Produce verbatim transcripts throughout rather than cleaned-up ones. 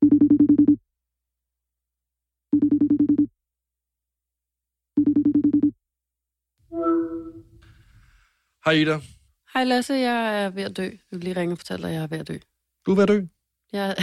Hej Ida. Hej Lasse, jeg er ved at dø. Jeg vil lige ringe og fortælle dig, at jeg er ved at dø. Du er ved at dø? Jeg...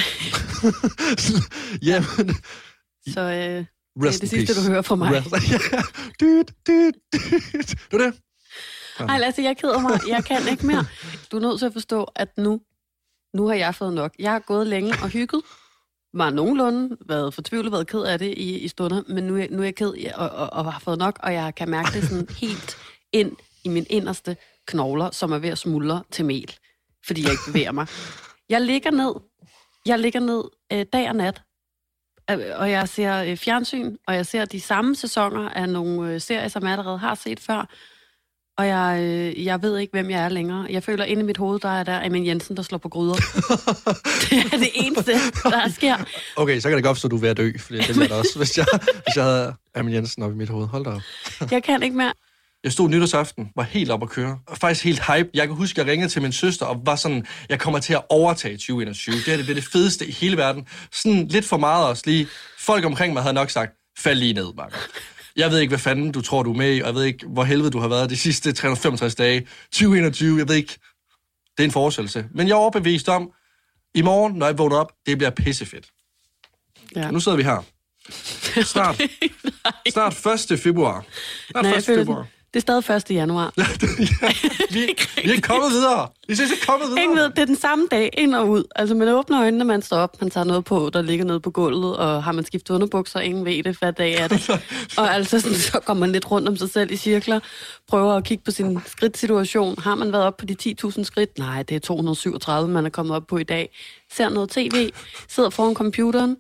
Jamen... Så øh, det er det sidste, du hører fra mig. Dyt, dyt, dyt. Du er det? Hej Lasse, jeg keder mig. Jeg kan ikke mere. Du er nødt til at forstå, at nu, nu har jeg fået nok. Jeg har gået længe og hygget. Var nogenlunde været fortvivlet, været ked af det i, i stunder, men nu, nu er jeg ked og, og, og har fået nok, og jeg kan mærke det sådan helt ind i min inderste knogler, som er ved at smuldre til mel, fordi jeg ikke bevæger mig. Jeg ligger ned, jeg ligger ned øh, dag og nat, øh, og jeg ser øh, fjernsyn, og jeg ser de samme sæsoner af nogle øh, serier, som jeg allerede har set før, og jeg, øh, jeg ved ikke, hvem jeg er længere. Jeg føler, inde i mit hoved, der er der Amin Jensen, der slår på gryder. Det er det eneste, der sker. Okay, så kan det godt forstå, at du er ved at dø, for det er det også, hvis jeg, hvis jeg havde Amin Jensen op i mit hoved. Hold da op. Jeg kan ikke mere. Jeg stod nytårsaften, var helt op at køre, og faktisk helt hype. Jeg kan huske, at jeg ringede til min søster, og var sådan, jeg kommer til at overtage tyve enogtyve. Det er det, det, er det fedeste i hele verden. Sådan lidt for meget også lige. Folk omkring mig havde nok sagt, fald lige ned, Marker. Jeg ved ikke, hvad fanden du tror, du er med i, og jeg ved ikke, hvor helvede du har været de sidste tre hundrede og femogtres dage. tyve enogtyve, jeg ved ikke. Det er en forestillelse. Men jeg er overbevist om, i morgen, når jeg vågner op, det bliver pissefedt. Ja. Nu sidder vi her. Snart, snart første februar. Snart Nej, første februar. Det er stadig første januar. ja, vi, vi er kommet videre. Vi er kommet videre. Ingen ved, det er den samme dag, ind og ud. Altså, man åbner øjnene, man står op, man tager noget på, der ligger nede på gulvet, og har man skiftet underbukser, ingen ved det, hvad dag er det. Og altså, sådan, så går man lidt rundt om sig selv i cirkler, prøver at kigge på sin skridtsituation. Har man været op på de ti tusind skridt? Nej, det er to hundrede og syvogtredive, man er kommet op på i dag. Ser noget tv, sidder foran computeren,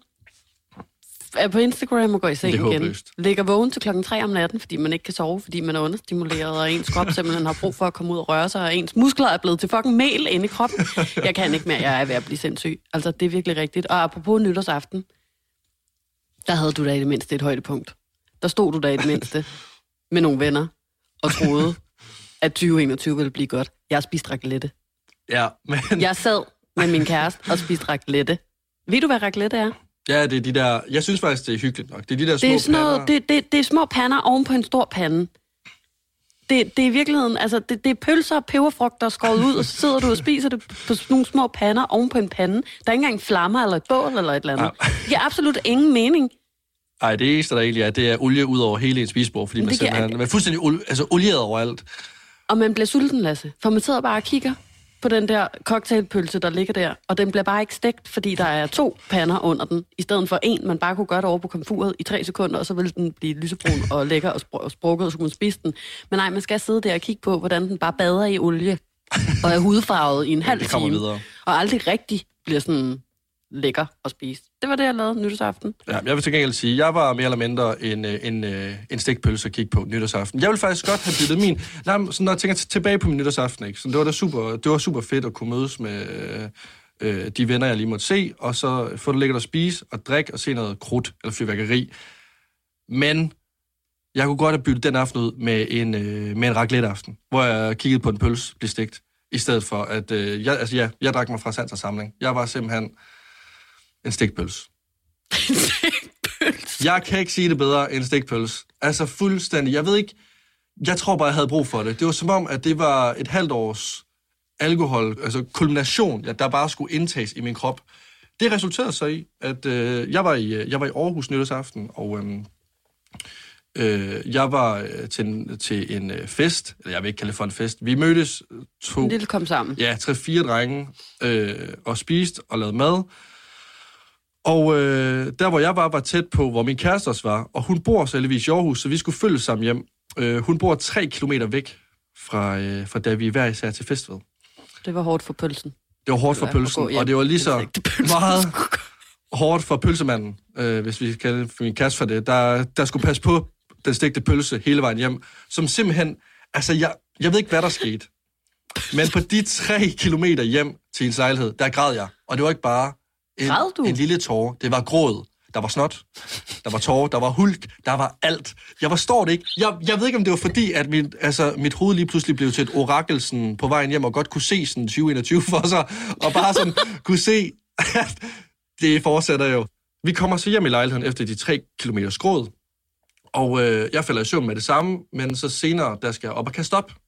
er på Instagram og går i seng igen. Håbløst. Ligger vågen til klokken tre om natten, fordi man ikke kan sove, fordi man er understimuleret, og ens krop simpelthen har brug for at komme ud og røre sig, og ens muskler er blevet til fucking mel inde i kroppen. Jeg kan ikke mere, jeg er ved at blive sindssyg. Altså, det er virkelig rigtigt. Og apropos nytårsaften, der havde du da i det mindste et højdepunkt. Der stod du da i det mindste med nogle venner og troede, at tyve enogtyve ville blive godt. Jeg har spist raclette. Ja, men... Jeg sad med min kæreste og spiste raclette. Ved du, hvad raclette er? Ja, det er de der... Jeg synes faktisk, det er hyggeligt nok. Det er de der små det er sådan noget, pander. Det, det, det er små pander oven på en stor pande. Det, det er i virkeligheden... Altså, det, det er pølser og peberfrugter skåret ud, og så sidder du og spiser det på nogle små pander oven på en pande. Der er ikke engang flammer eller et bål eller et eller andet. Ja. Det giver absolut ingen mening. Nej, det eneste, der egentlig er, det er olie ud over hele ens spisebord, fordi man simpelthen man er fuldstændig olie, altså olieret overalt. Og man bliver sulten, Lasse. For man sidder bare og kigger på den der cocktailpølse, der ligger der, og den bliver bare ikke stegt, fordi der er to pander under den, i stedet for en, man bare kunne gøre det over på komfuret i tre sekunder, og så ville den blive lysebrun og lækker og, spr- og sprukket, og så kunne man spise den. Men nej, man skal sidde der og kigge på, hvordan den bare bader i olie, og er hudfarvet i en halv time, videre. Og aldrig rigtig bliver sådan lækker at spise. Det var det, jeg lavede nytårsaften. Ja, jeg vil til gengæld sige, jeg var mere eller mindre en, en, en stegpølse at kigge på nytårsaften. Jeg vil faktisk godt have byttet min... Nej, sådan, når jeg tænker tilbage på min nytårsaften, ikke? Så det var da super, det var super fedt at kunne mødes med øh, de venner, jeg lige måtte se, og så få det lækkert at spise og drikke og se noget krudt eller fyrværkeri. Men jeg kunne godt have byttet den aften ud med en, øh, med en raclette-aften, hvor jeg kiggede på en pølse blive stegt, i stedet for at... Øh, jeg, altså ja, jeg drak mig fra sans og samling. Jeg var simpelthen... En stegpølse. En stegpølse? Jeg kan ikke sige det bedre end en stegpølse. Altså fuldstændig. Jeg ved ikke... Jeg tror bare, jeg havde brug for det. Det var som om, at det var et halvt års alkohol, altså kulmination, der bare skulle indtages i min krop. Det resulterede så i, at øh, jeg, var i, jeg var i Aarhus nytårsaften, og øh, øh, jeg var til, til en fest, eller jeg vil ikke kalde det for en fest. Vi mødtes to... En lille kom sammen. Ja, tre-fire drenge, øh, og spiste og lavede mad. Og øh, der, hvor jeg var, var tæt på, hvor min kæreste også var. Og hun bor så heldigvis i Aarhus, så vi skulle følge sammen hjem. Øh, hun bor tre kilometer væk fra, øh, fra da vi hver især til fest ved. Det var hårdt for pølsen. Det var hårdt for pølsen, og det var lige så meget hårdt for pølsemanden, øh, hvis vi kalder min kæreste for det. Der, der skulle passe på den stegte pølse hele vejen hjem. Som simpelthen, altså jeg, jeg ved ikke, hvad der skete. Men på de tre kilometer hjem til hendes lejlighed, der græd jeg. Og det var ikke bare... En, en lille tåre. Det var gråd. Der var snot. Der var tårer. Der var hulk. Der var alt. Jeg forstår det ikke. Jeg, jeg ved ikke, om det var fordi, at min, altså, mit hoved lige pludselig blev til et orakel sådan, på vejen hjem, og godt kunne se sådan tyve enogtyve for sig, og bare sådan kunne se, at det fortsætter jo. Vi kommer så hjem i lejligheden efter de tre kilometer skråd, og øh, jeg falder i søvn med det samme, men så senere, der skal jeg op og kaste op.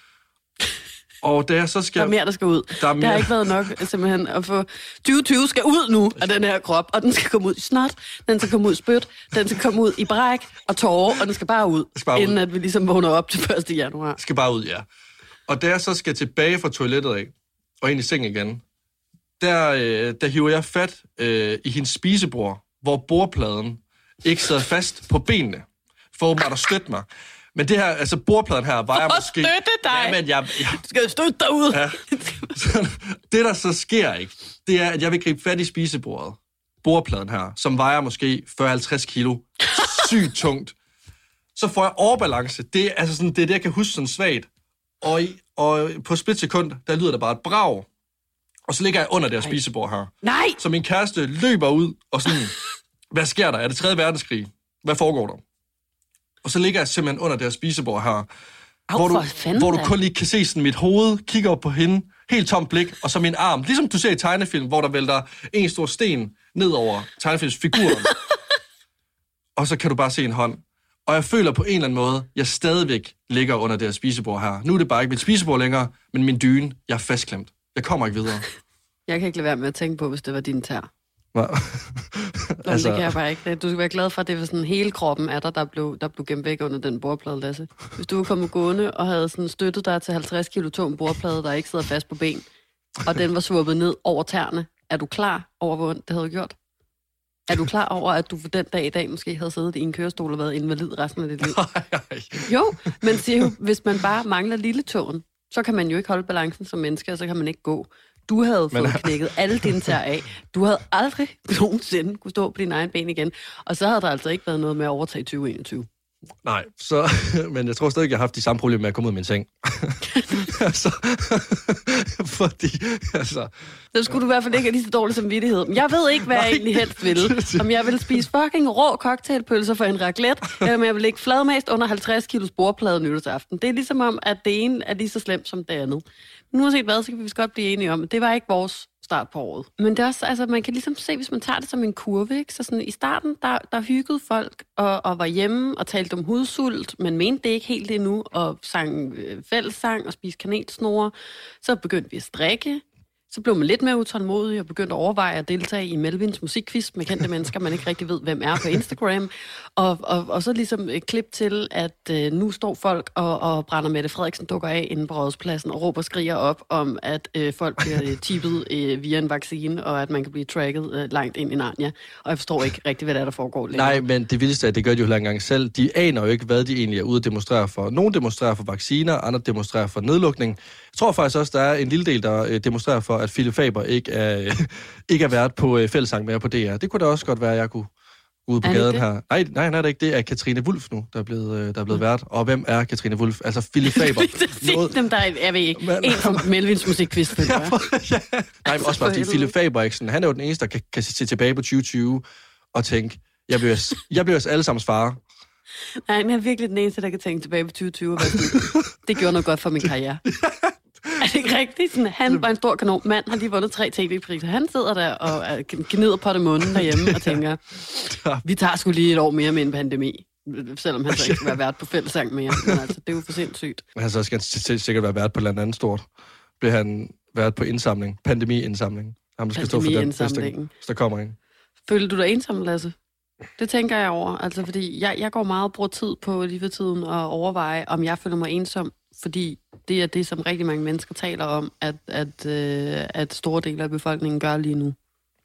Og da jeg så skal... Der er mere, der skal ud. Der, er mere... der har ikke været nok simpelthen at få... tyve tyve skal ud nu af den her krop, og den skal komme ud i snot, den skal komme ud i spyt, den skal komme ud i bræk og tårer, og den skal bare ud, skal bare inden ud. At vi ligesom vågner op til første januar. Skal bare ud, ja. Og da jeg så skal tilbage fra toilettet af, og ind i sengen igen, der, øh, der hiver jeg fat øh, i hendes spisebord, hvor bordpladen ikke sidder fast på benene, for åbenbart at støtte mig. Men det her, altså bordpladen her, var jeg måske... For at støtte dig! Ja, men jeg, jeg... Du skal støtte dig ud! Ja. Så, det, der så sker ikke, det er, at jeg vil gribe fat i spisebordet, bordpladen her, som vejer måske fyrre til halvtreds kilo, sygt tungt. Så får jeg overbalance. Det er altså sådan, det er det, jeg kan huske sådan svagt. Og, i, og på et splitsekund, der lyder der bare et brag. Og så ligger jeg under det her spisebord her. Nej! Så min kæreste løber ud og sådan, hvad sker der? Er det tredje verdenskrig? Hvad foregår der? Og så ligger jeg simpelthen under det her spisebord her, Au, hvor, du, fanden, hvor du kun lige kan se sådan mit hoved, kigger op på hende, helt tomt blik, og så min arm. Ligesom du ser i tegnefilm, hvor der vælter en stor sten ned over tegnefilmsfiguren. Og så kan du bare se en hånd. Og jeg føler på en eller anden måde, jeg stadigvæk ligger under det her spisebord her. Nu er det bare ikke mit spisebord længere, men min dyne, jeg er fastklemt. Jeg kommer ikke videre. Jeg kan ikke lade være med at tænke på, hvis det var din tær. altså... Det kan jeg bare ikke. Du skal være glad for, at det var sådan hele kroppen af dig, der blev, der blev gemt væk under den bordplade, Lasse. Hvis du var kommet gående og havde sådan støttet dig til halvtreds kilo tung bordplade, der ikke sidder fast på ben, og den var svuppet ned over tæerne, er du klar over, hvor ondt det havde gjort? Er du klar over, at du for den dag i dag måske havde siddet i en kørestol og været invalid resten af dit liv? Jo, men siger jo, hvis man bare mangler lille tåen, så kan man jo ikke holde balancen som menneske, og så kan man ikke gå. Du havde fået men... knækket alle dine tær af. Du havde aldrig nogensinde kunne stå på dine egne ben igen. Og så havde der altså ikke været noget med at overtage tyve enogtyve. Nej, så, men jeg tror stadig, jeg har haft de samme problemer med at komme ud af min seng. altså, fordi, altså... Så skulle du i hvert fald ikke have lige så dårlig samvittighed. Men jeg ved ikke, hvad Nej. jeg egentlig helst vil. Om jeg vil spise fucking rå cocktailpølser for en raclette, eller om jeg vil ligge fladmast under halvtreds kilos bordplade nytårsaften. Det er ligesom om, at det ene er lige så slemt som det andet. Men uanset hvad, så kan vi godt blive enige om, at det var ikke vores start på året. Men det er også, altså, man kan ligesom se, hvis man tager det som en kurve, ikke? Så sådan, i starten, der, der hyggede folk og, og var hjemme og talte om hudsult, men mente det ikke helt endnu, og sang øh, fællessang og spiste kanelsnore. Så begyndte vi at strikke. Så blev man lidt mere utålmodig og begyndte at overveje at deltage i Melvins musikquiz med kendte mennesker, man ikke rigtig ved, hvem er på Instagram. Og, og, og så ligesom et klip til, at øh, nu står folk og, og brænder Mette Frederiksen dukker af inde på Rådhuspladsen og råber og skriger op om, at øh, folk bliver øh, tippet øh, via en vaccine, og at man kan blive tracket øh, langt ind i Narnia. Og jeg forstår ikke rigtig, hvad der, er, der foregår længere. Nej, men det vildeste er, at det gør de jo heller engang selv. De aner jo ikke, hvad de egentlig er ude at demonstrere for. Nogle demonstrerer for vacciner, andre demonstrerer for nedlukning. Jeg tror faktisk også, der er en lille del, der øh, demonstrerer for, at Philip Faber ikke er, ikke er vært på øh, fællessang mere på D R. Det kunne da også godt være, at jeg kunne gå ud på gaden her. Nej, nej, nej, det er ikke. Det er Katrine Wulff nu, der er blevet, øh, der er blevet vært. Og hvem er Katrine Wulff? Altså Philip Faber. Noget... Dem, der er, jeg ved ikke. Men... En fra Melvins musikquiz. Ja, ja. Nej, men også bare fordi Philip Faber, ikke sådan, han er jo den eneste, der kan, kan se tilbage på tyve tyve og tænke, jeg bliver, jeg bliver os alle sammens far. Nej, han er virkelig den eneste, der kan tænke tilbage på tyve tyve. Det gjorde noget godt for min karriere. Er det ikke rigtigt? Sådan, han var en stor kanon. Mand har lige vundet tre tv-priser. Han sidder der og gnider på det munden derhjemme og tænker, vi tager sgu lige et år mere med en pandemi. Selvom han så ikke skal være vært på fællessang mere. Men altså, det er jo for sindssygt. Han så skal sikkert være vært på noget andet stort. Bliver han vært på indsamling? Pandemi-indsamling. Ham, der skal stå for den, hvis der, hvis der kommer en. Føler du dig ensom, Lasse? Det tænker jeg over. Altså, fordi jeg, jeg går meget og bruger tid på lige for tiden at overveje, om jeg føler mig ensom. Fordi det er det, som rigtig mange mennesker taler om, at, at, øh, at store dele af befolkningen gør lige nu.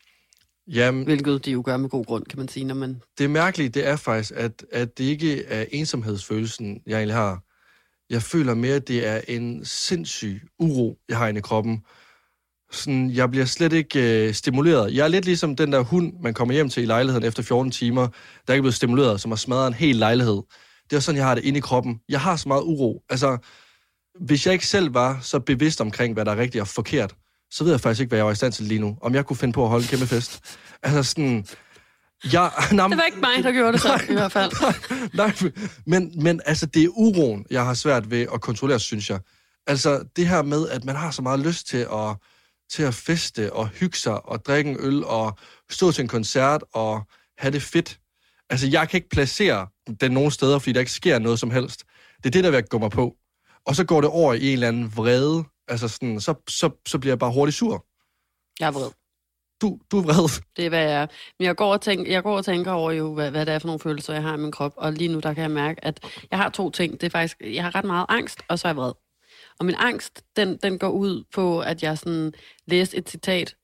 Jamen, hvilket de jo gør med god grund, kan man sige. Når man... Det mærkelige, det er faktisk, at, at det ikke er ensomhedsfølelsen, jeg egentlig har. Jeg føler mere, at det er en sindssyg uro, jeg har inde i kroppen. Sådan, jeg bliver slet ikke øh, stimuleret. Jeg er lidt ligesom den der hund, man kommer hjem til i lejligheden efter fjorten timer, der ikke er blevet stimuleret, som har smadret en hel lejlighed. Det er sådan, jeg har det inde i kroppen. Jeg har så meget uro. Altså, hvis jeg ikke selv var så bevidst omkring, hvad der er rigtigt og forkert, så ved jeg faktisk ikke, hvad jeg var i stand til lige nu. Om jeg kunne finde på at holde en kæmpe fest. Altså sådan... Jeg, nej, det var ikke mig, der gjorde det så, nej, i hvert fald. Nej, nej, men, men altså, det er uroen, jeg har svært ved at kontrollere, synes jeg. Altså, det her med, at man har så meget lyst til at, til at feste og hygge sig og drikke en øl og stå til en koncert og have det fedt. Altså, jeg kan ikke placere den nogen steder, fordi der ikke sker noget som helst. Det er det, der vil gå mig på. Og så går det over i en eller anden vrede. Altså, sådan, så, så, så bliver jeg bare hurtigt sur. Jeg er vred. Du, du er vred. Det er, hvad jeg er. Men jeg går og tænker, jeg går og tænker over jo, hvad, hvad det er for nogle følelser, jeg har i min krop. Og lige nu, der kan jeg mærke, at jeg har to ting. Det er faktisk, jeg har ret meget angst, og så er jeg vred. Og min angst, den, den går ud på, at jeg sådan læste et citat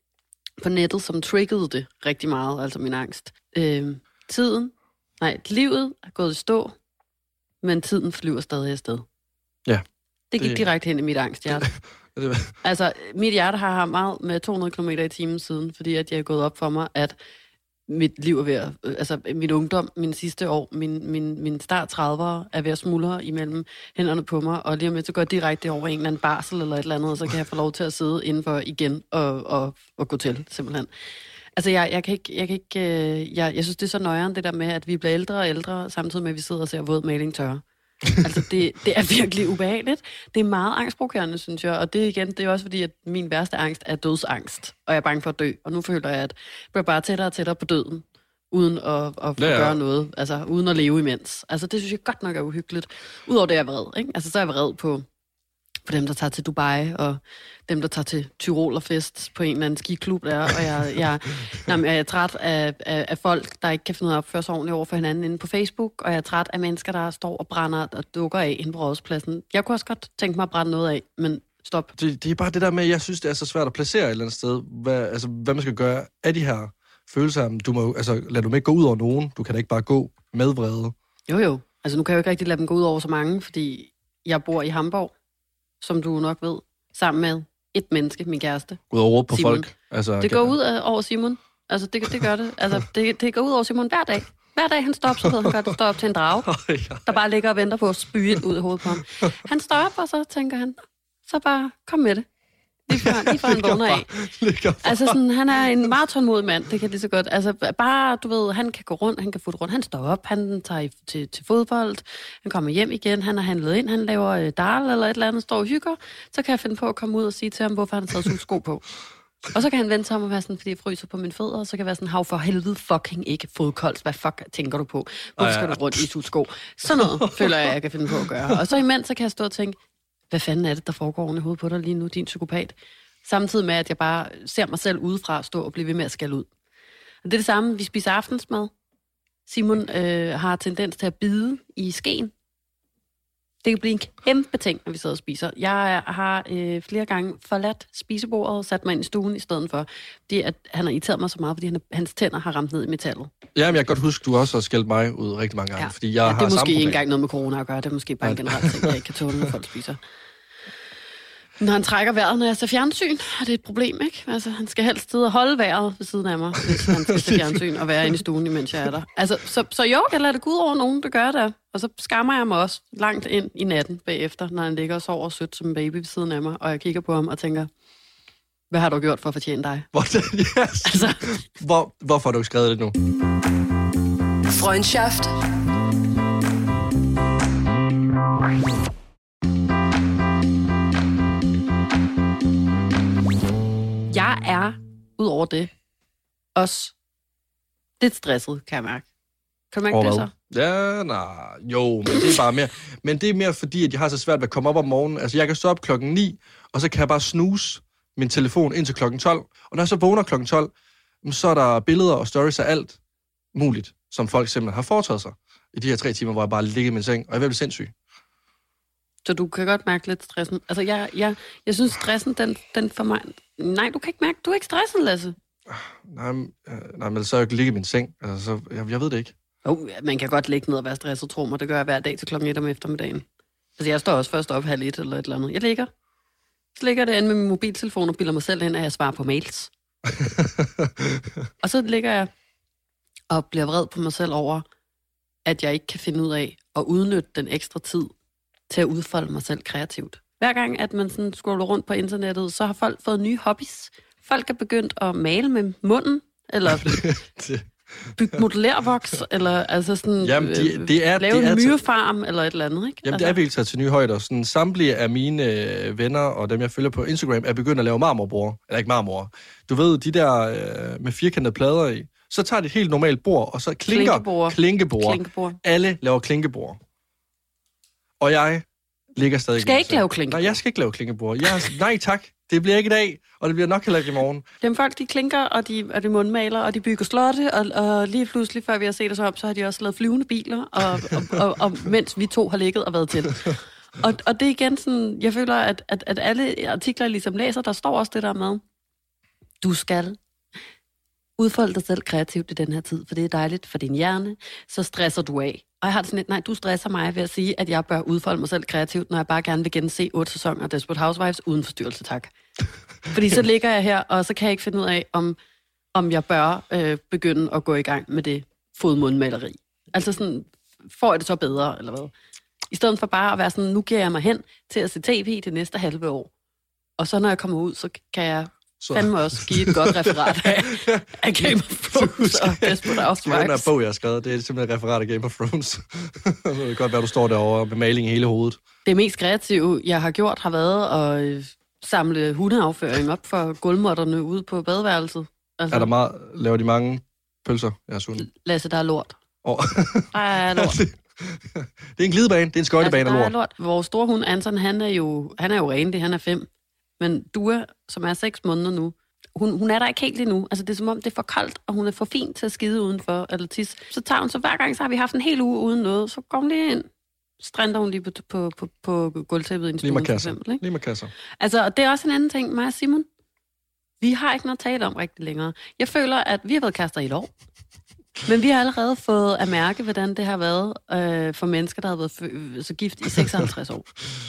på nettet, som triggede det rigtig meget, altså min angst. Øh, tiden, nej, livet er gået i stå, men tiden flyver stadig afsted. Ja. Det gik det... direkte hen i mit angsthjerte. Altså, mit hjerte har haft meget med to hundrede kilometer i timen siden, fordi at jeg er gået op for mig, at mit liv er ved at, altså min ungdom, min sidste år, min, min, min start tredivere er ved at smuldre imellem hænderne på mig, og lige om lidt så går jeg direkte over en eller anden barsel eller et eller andet, og så kan jeg få lov til at sidde indenfor igen og, og, og gå til, simpelthen. Altså, jeg, jeg kan ikke, jeg kan ikke, jeg, jeg synes, det er så nøjeren, det der med, at vi bliver ældre og ældre, samtidig med, at vi sidder og ser våd maling tørre. Altså, det, det er virkelig ubehageligt. Det er meget angstprovokerende, synes jeg. Og det igen, det er også fordi, at min værste angst er dødsangst. Og jeg er bange for at dø. Og nu føler jeg, at jeg bliver bare tættere og tættere på døden, uden at, at ja, ja. gøre noget. Altså, uden at leve imens. Altså, det synes jeg godt nok er uhyggeligt. Udover det, jeg er vred, ikke? Altså, så er jeg vred på, på dem, der tager til Dubai, og dem, der tager til Tyrolerfest på en eller anden skiklub der. Og jeg, jeg, jamen, jeg er træt af, af, af folk, der ikke kan finde ud af at opføre sig ordentligt over for hinanden inde på Facebook. Og jeg er træt af mennesker, der står og brænder og dukker af inde på Rådhuspladsen. Jeg kunne også godt tænke mig at brænde noget af, men stop. Det, det er bare det der med, jeg synes, det er så svært at placere et eller andet sted. Hvad, altså, hvad man skal gøre af de her følelser. Du må, altså, lad du mig ikke gå ud over nogen. Du kan da ikke bare gå med vrede. Jo, jo. Altså, nu kan jeg jo ikke rigtig lade dem gå ud over så mange, fordi jeg bor i Hamburg, som du nok ved, sammen med et menneske, min kæreste. Ud over råb på Simon. folk. Altså, det går ud af, over Simon. Altså, det, det gør det. Altså, det, det går ud over Simon hver dag. Hver dag, han står op, så ved han godt, at står op til en drage, der bare ligger og venter på at spyge ud i hovedet på ham. Han står op, og så tænker han, så bare kom med det. Lige før, lige før han vågner af. Altså, sådan, han er en meget tålmodig mand, det kan lige så godt. Altså, bare, du ved, han kan gå rundt, han kan futte rundt, han står op, han tager til, til fodbold, han kommer hjem igen, han har handlet ind, han laver øh, dal eller et eller andet, står og hygger, så kan jeg finde på at komme ud og sige til ham, hvorfor han har taget sko på. Og så kan han vente sig om at være sådan, fordi jeg fryser på mine fødder, og så kan jeg være sådan, hav for helvede fucking ikke fodkoldt. Hvad fuck tænker du på? Hvorfor skal du rundt i sutsko? Sådan noget føler jeg, jeg kan finde på at gøre. Og så imens, så kan jeg stå og tænke, hvad fanden er det, der foregår oven i hovedet på dig lige nu, din psykopat? Samtidig med, at jeg bare ser mig selv udefra stå og blive ved med at skælde ud. Og det er det samme, vi spiser aftensmad. Simon øh, har tendens til at bide i skeen. Det kan blive en kæmpe ting, når vi sidder og spiser. Jeg har øh, flere gange forladt spisebordet og sat mig ind i stuen i stedet for, fordi at han har irriteret mig så meget, fordi han, hans tænder har ramt ned i metallet. Ja, men jeg kan godt huske, du også har skældt mig ud rigtig mange gange, ja. fordi jeg ja, har det er måske ikke problem. engang noget med corona at gøre, det er måske bare en generelt ting, jeg ikke kan tåle, når folk spiser. Når han trækker vejret, når jeg ser fjernsyn, er det et problem, ikke? Altså, han skal helst sidde og holde vejret ved siden af mig, hvis han skal se fjernsyn og være inde i stuen, imens jeg er der. Altså, så, så jo, jeg lader det gå ud over nogen, der gør det. Og så skammer jeg mig også langt ind i natten bagefter, når han ligger og sover sødt som en baby ved siden af mig, og jeg kigger på ham og tænker, hvad har du gjort for at fortjene dig? Hvordan? Yes. Altså. Hvor, hvorfor har du skrevet det nu? Freundschaft. Jeg er, ud over det, også lidt stresset, kan jeg mærke. Kan du mærke det så? Ja, nej, jo, men det er bare mere. Men det er mere fordi, at jeg har så svært ved at komme op om morgenen. Altså, jeg kan stå op klokken ni, og så kan jeg bare snuse min telefon indtil klokken tolv. Og når jeg så vågner klokken tolv, så er der billeder og stories af alt muligt, som folk simpelthen har foretaget sig i de her tre timer, hvor jeg bare ligger i min seng, og jeg er ved at blive sindssyg. Så du kan godt mærke lidt stressen. Altså, jeg, jeg, jeg synes, stressen, den, den for mig... Nej, du kan ikke mærke, du er ikke stresset, Lasse. Nej, nej, men så er jeg ikke ligge i min seng. Altså, så, jeg, jeg ved det ikke. Oh, man kan godt ligge ned og være stresset, tro mig. Det gør jeg hver dag til klokken et om eftermiddagen. Altså, jeg står også først op halv et eller et eller andet. Jeg ligger. Så ligger det inde med min mobiltelefon og bilder mig selv ind, at jeg svarer på mails. Og så ligger jeg og bliver vred på mig selv over, at jeg ikke kan finde ud af at udnytte den ekstra tid til at udfolde mig selv kreativt. Hver gang, at man sådan scroller rundt på internettet, så har folk fået nye hobbies. Folk er begyndt at male med munden, eller bygge modellærvoks, eller altså sådan, Jamen, de, det er, lave det er en til, myrefarm, eller et eller andet, ikke? Jamen, altså. det er virkelig taget til nye højder. Sådan, samtlige af mine øh, venner, og dem, jeg følger på Instagram, er begyndt at lave marmorbord. Eller ikke marmor. Du ved, de der øh, med firkantede plader i. Så tager de et helt normalt bord, og så klinker Klinkebord. klinkebord. Klinkebord. Alle laver klinkebord. Og jeg ligger stadig... Skal jeg ikke lave klinkebord? Nej, jeg skal ikke lave klinkebord. Jeg, nej tak, det bliver ikke i dag, og det bliver nok heller ikke i morgen. Dem folk, de klinker, og de, og de mundmaler, og de bygger slotte, og, og lige pludselig, før vi har set os op, så har de også lavet flyvende biler, og, og, og, og mens vi to har ligget og været til. Og, og det er igen sådan, jeg føler, at, at, at alle artikler, jeg ligesom læser, der står også det der med, du skal udfolde dig selv kreativt i den her tid, for det er dejligt for din hjerne, så stresser du af. Og jeg har det sådan lidt, nej, du stresser mig ved at sige, at jeg bør udfolde mig selv kreativt, når jeg bare gerne vil gense otte sæsoner af Desperate Housewives uden forstyrrelse, tak. Fordi så ligger jeg her, og så kan jeg ikke finde ud af, om, om jeg bør øh, begynde at gå i gang med det fodmundmaleri. Altså sådan, får jeg det så bedre, eller hvad? I stedet for bare at være sådan, nu giver jeg mig hen til at se tv det næste halve år. Og så når jeg kommer ud, så kan jeg så. fandme også give et godt referat af, af Game of Thrones og Desperate Housewives. Den her bog, jeg har skrevet, det er simpelthen et referat af Game of Thrones. Det kan godt være, du står derovre med maling i hele hovedet. Det mest kreative, jeg har gjort, har været at samle hundeafføring op for gulvmåtterne ude på badeværelset. Altså, er der meget, laver de mange pølser, jeres hunde? Lasse, der er lort. Oh. Der er lort. Det er en glidebane, det er en skøjtebane altså, af lort. lort. Vores store hund, Anton, han er jo, han er jo renlig, han er fem. Men Dua, som er seks måneder nu, hun, hun er der ikke helt endnu. Altså, det er som om, det er for koldt, og hun er for fin til at skide udenfor, eller tisse. Så tager hun, så hver gang, så har vi haft en hel uge uden noget, så går hun lige ind. Strænder hun lige på, på, på, på gulvtæppet i en stue, for eksempel. Ikke? Lige med kasser. Altså, det er også en anden ting, mig og Simon. Vi har ikke noget at tale om rigtig længere. Jeg føler, at vi har været kærester i et år. Men vi har allerede fået at mærke, hvordan det har været øh, for mennesker, der har været f- så gift i seksoghalvtreds år.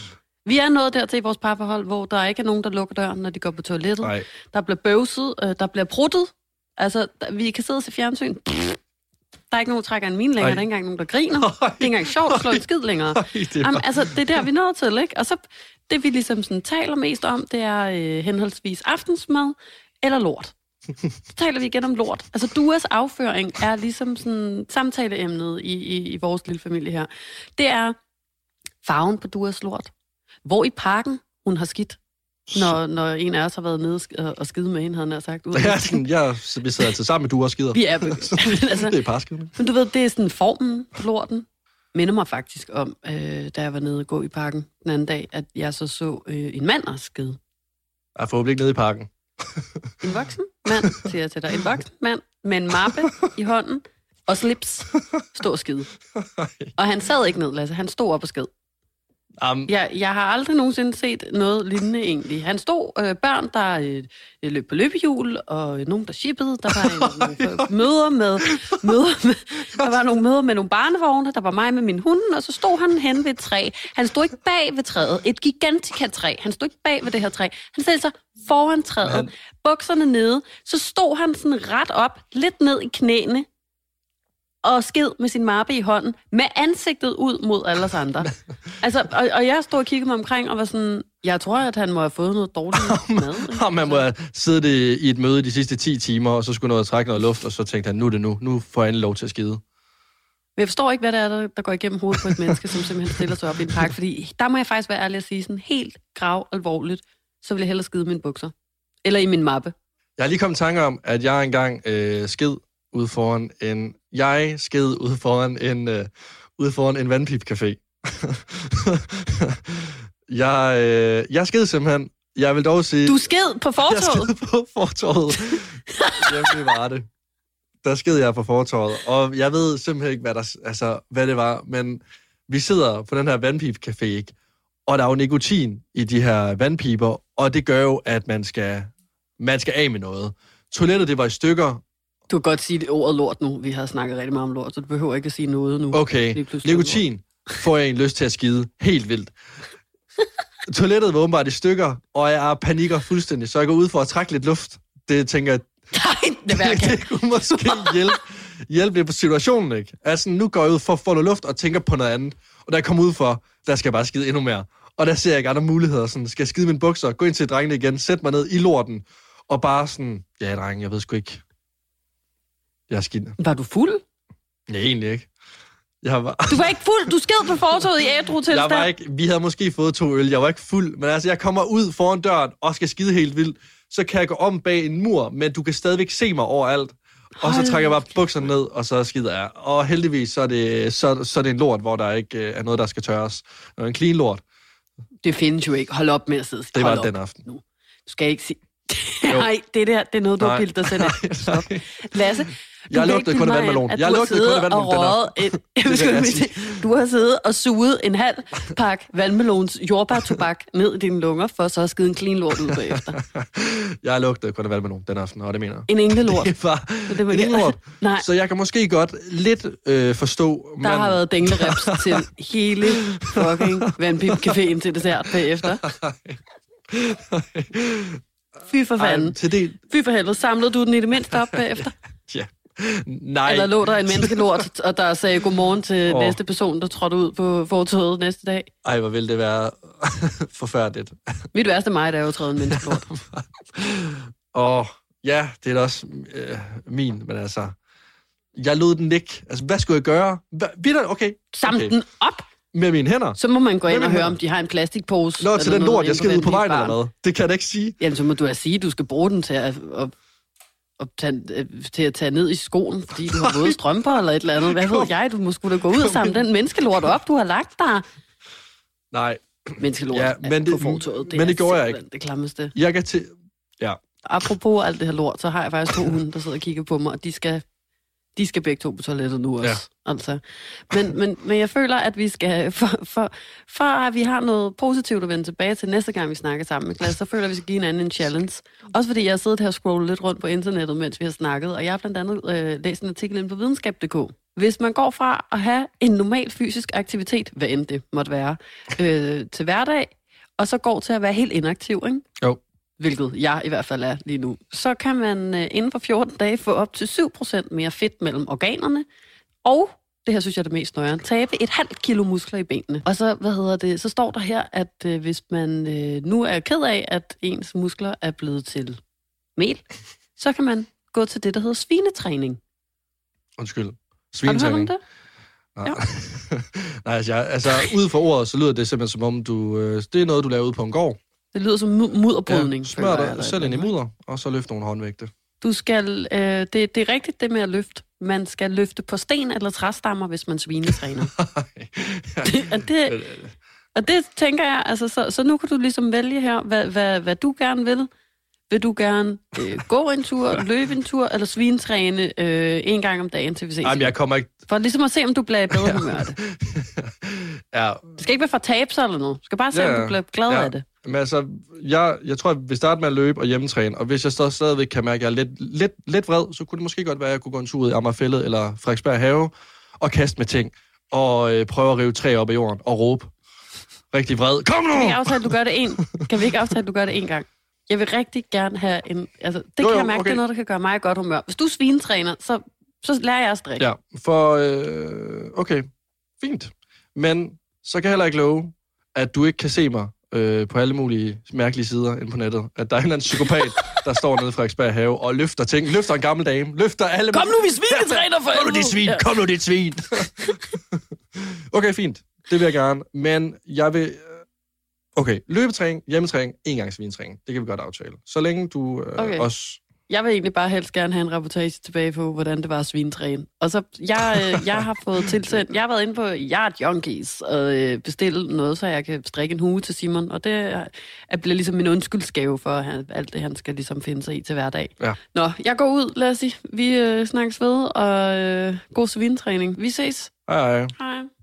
Vi er nået dertil i vores parforhold, hvor der ikke er nogen, der lukker døren, når de går på toilettet. Nej. Der bliver bøvset, øh, der bliver pruttet. Altså, der, vi kan sidde og se fjernsyn. Der er ikke nogen, der trækker en min længere. Ej. Der er ikke engang nogen, der griner. Ej. Det er ikke engang sjovt at slå en skid længere. Ej, det, Jamen, altså, det er der, vi er nået til, ikke? Og så det, vi ligesom sådan taler mest om, det er øh, henholdsvis aftensmad eller lort. Så taler vi igen om lort. Altså, Duas afføring er ligesom sådan samtaleemnet i, i, i vores lille familie her. Det er farven på Duas lort. Hvor i parken hun har skidt, når, når en af os har været nede og skide med hende, havde han sagt. Ud. Ja, sådan, jeg, vi sidder altid sammen med du og skider. Vi er altså, det er parskidende. Men du ved, det er sådan formen på lorten. Minder mig faktisk om, øh, da jeg var nede og gå i parken den anden dag, at jeg så så øh, en mand også skide. Jeg får ikke nede i parken. En voksen mand, siger jeg til dig. En voksen mand med en mappe i hånden og slips stå og skide. Og han sad ikke ned, Lasse. Han stod op og sked. Um, jeg, jeg har aldrig nogensinde set noget lignende egentlig. Han stod øh, børn, der øh, løb på løbehjul, og øh, nogen, der shippede. Der var en, nogle møder med, møder med, der var nogle møder med nogle barnevogne. Der var mig med min hund, og så stod han hen ved et træ. Han stod ikke bag ved træet. Et gigantika træ. Han stod ikke bag ved det her træ. Han stillede sig foran træet. Man. Bukserne nede. Så stod han sådan ret op, lidt ned i knæene, og sked med sin mappe i hånden, med ansigtet ud mod alle os andre. Altså, og, og jeg stod og kiggede mig omkring, og var sådan, jeg tror, at han må have fået noget dårligt mad. Og man må have siddet i et møde de sidste ti timer, og så skulle noget trække noget luft, og så tænkte han, nu er det nu. Nu får jeg endelig lov til at skide. Men jeg forstår ikke, hvad det er, der, der går igennem hovedet på et menneske, som simpelthen stiller sig op i en park, fordi der må jeg faktisk være ærlig at sige sådan helt grav alvorligt, så vil jeg hellere skide mine bukser. Eller i min mappe. Jeg har lige kommet i tanke om, at jeg engang øh, sked ude foran en... Jeg sked ude foran en, øh, ude foran en vandpipcafé. jeg, øh, jeg sked simpelthen. Jeg vil dog sige... Du sked på fortovet? Jeg sked på fortovet. Jamen, var det. Der sked jeg på fortovet. Og jeg ved simpelthen ikke, hvad, der, altså, hvad det var. Men vi sidder på den her vandpipcafé, ikke? Og der er jo nikotin i de her vandpiber. Og det gør jo, at man skal, man skal af med noget. Toilettet, det var i stykker. Du kan godt sige det ordet lort nu. Vi har snakket rigtig meget om lort, så du behøver ikke at sige noget nu. Okay, nikotin får jeg en lyst til at skide helt vildt. Toilettet var åbenbart i stykker, og jeg er panikker fuldstændig, så jeg går ud for at trække lidt luft. Det tænker jeg, nej, det, det, det kunne måske hjælpe, hjælpe lidt på situationen, ikke? Altså, nu går jeg ud for at få noget luft og tænker på noget andet. Og da jeg kommer ud for, der skal jeg bare skide endnu mere. Og der ser jeg ikke andre muligheder. Sådan, skal jeg skide mine bukser, gå ind til drengene igen, sætte mig ned i lorten, og bare sådan, ja, drenge, jeg ved sgu ikke. Jeg er skidt. Var du fuld? Nej, egentlig ikke. Jeg var... Du var ikke fuld? Du sked på fortovet i ædru tilstand? Jeg var ikke... Vi havde måske fået to øl. Jeg var ikke fuld. Men altså, jeg kommer ud foran døren og skal skide helt vildt. Så kan jeg gå om bag en mur, men du kan stadigvæk se mig overalt. Og så trækker jeg bare bukserne ned, og så skider jeg. Og heldigvis, så er det, så, så er det en lort, hvor der ikke er noget, der skal tørres. Det er en clean lort. Det findes jo ikke. Hold op med at sidde. Det var Hold den op. aften. Nu. Du skal ikke sige... Nej, det der, det er noget, du har bildet dig selv op. Lasse, jeg lugtede kun af vandmelon. Jeg lugtede kun af vandmelon den aften. Du har siddet og suget en halv pakke vandmelons jordbærtobak ned i dine lunger, for så at skide en clean lort ud bagefter. Jeg lugtede kun af vandmelon den aften, og det mener jeg. En englelort. Det var det var en englelort. Nej. Så jeg kan måske godt lidt øh, forstå... Der man... har været dinglereps til hele fucking vandpip-caféen til dessert bagefter. Fy for fanden. Ej, til det... Fy for helvede. Samlede du den i det mindste op bagefter? Ja. Nej. Eller lå der en menneskelort, og der sagde godmorgen til oh. næste person, der trådte ud på fortoget næste dag? Ej, hvor ville det være forfærdeligt. Mit værste mig, der er jo trådet en menneskelort. Åh, oh, ja, det er da også øh, min, men altså... Jeg lod den ikke. Altså, hvad skulle jeg gøre? Hva? Okay. Samle okay. den op? Med mine hænder. Så må man gå ind og høre, om de har en plastikpose. Nå, til den lort, jeg skal ud på vejen eller noget. Det kan jeg da ikke sige. Jamen, så må du da sige, at du skal bruge den til at, at, at, tage, til at tage ned i skoen, fordi du har våde strømper eller et eller andet. Hvad ved jeg? Du må sgu da gå ud og samle den menneskelort op, du har lagt der. Nej. Menneskelort ja, men det, på fortoget. Det men det gjorde jeg ikke. Det klammeste. Jeg kan til... Ja. Apropos alt det her lort, så har jeg faktisk to hunde, der sidder og kigger på mig, og de skal... De skal begge to på toilettet nu også. Ja. Altså. Men, men, men jeg føler, at vi skal, for, for, for at vi har noget positivt at vende tilbage til næste gang, vi snakker sammen med Klaas, så føler jeg, at vi skal give en anden en challenge. Også fordi jeg har siddet her og scrollet lidt rundt på internettet, mens vi har snakket, og jeg har blandt andet øh, læst en artikel inde på videnskab punktum d k. Hvis man går fra at have en normal fysisk aktivitet, hvad end det måtte være, øh, til hverdag, og så går til at være helt inaktiv, ikke? Jo. Hvilket jeg i hvert fald er lige nu, så kan man øh, inden for fjorten dage få op til syv procent mere fedt mellem organerne, og, det her synes jeg er det mest nøjere, tabe et halvt kilo muskler i benene. Og så, hvad hedder det, så står der her, at øh, hvis man øh, nu er ked af, at ens muskler er blevet til mel, så kan man gå til det, der hedder svinetræning. Undskyld. Svinetræning? Har du hørt om det? Nej, ja. Nej altså, jeg, altså ud fra ordet, så lyder det simpelthen som om, du, øh, det er noget, du laver ude på en gård. Det lyder som mudderbrydning. Ja, smør dig selv ind i mudder, og så løft nogle håndvægte. Du skal, øh, det, det er rigtigt det med at løfte. Man skal løfte på sten eller træstammer, hvis man svinetræner. det, og, det, og det tænker jeg, altså, så, så nu kan du ligesom vælge her, hvad, hvad, hvad du gerne vil. Vil du gerne øh, gå en tur, løbe en tur, eller svinetræne øh, en gang om dagen, til vi ses? Jamen, jeg kommer ikke... For ligesom at se, om du bliver bedre humør af det. Ja. Det skal ikke være for at tabe sig eller noget. Du skal bare se, ja, om du bliver glad ja. af det. Men altså, jeg, jeg tror, jeg vil starte med at løbe og hjemmetræne, og hvis jeg stadig, stadigvæk kan mærke, at jeg er lidt, lidt, lidt vred, så kunne det måske godt være, at jeg kunne gå en tur ud i Amagerfælled eller Frederiksberg Have og kaste med ting, og øh, prøve at rive træ op af jorden og råbe rigtig vred. Kom nu! Kan vi ikke aftale, at du gør det en? Kan vi ikke aftale, at du gør det en gang? Jeg vil rigtig gerne have en... Altså, det jo, kan jo, jeg mærke, okay. Det er noget, der kan gøre mig godt humør. Hvis du svinetræner, så, så lærer jeg at strikke. Ja, for... Øh, okay, fint. Men så kan jeg heller ikke love, at du ikke kan se mig øh, på alle mulige mærkelige sider inde på nettet. At der er en eller anden psykopat, der står nede i Frederiksberg Have og løfter ting. Løfter en gammel dame. Løfter alle... Kom nu, vi svinetræner for Kom nu, dit svin! Kom nu, dit svin! Okay, fint. Det vil jeg gerne. Men jeg vil... Okay, løbetræning, hjemmetræning, en gang svinetræning. Det kan vi godt aftale. Så længe du øh, okay. også... Jeg vil egentlig bare helst gerne have en reportage tilbage på, hvordan det var at svinetræne. Og så, jeg, øh, jeg har fået tilsendt... Jeg har været inde på Yard Junkies og øh, bestilt noget, så jeg kan strikke en hue til Simon. Og det er, bliver ligesom min undskyldskave for han, alt det, han skal ligesom finde sig i til hverdag. Ja. Nå, jeg går ud, lad os sige. Vi øh, snakkes ved, og øh, god svinetræning. Vi ses. Hej hej. Hej.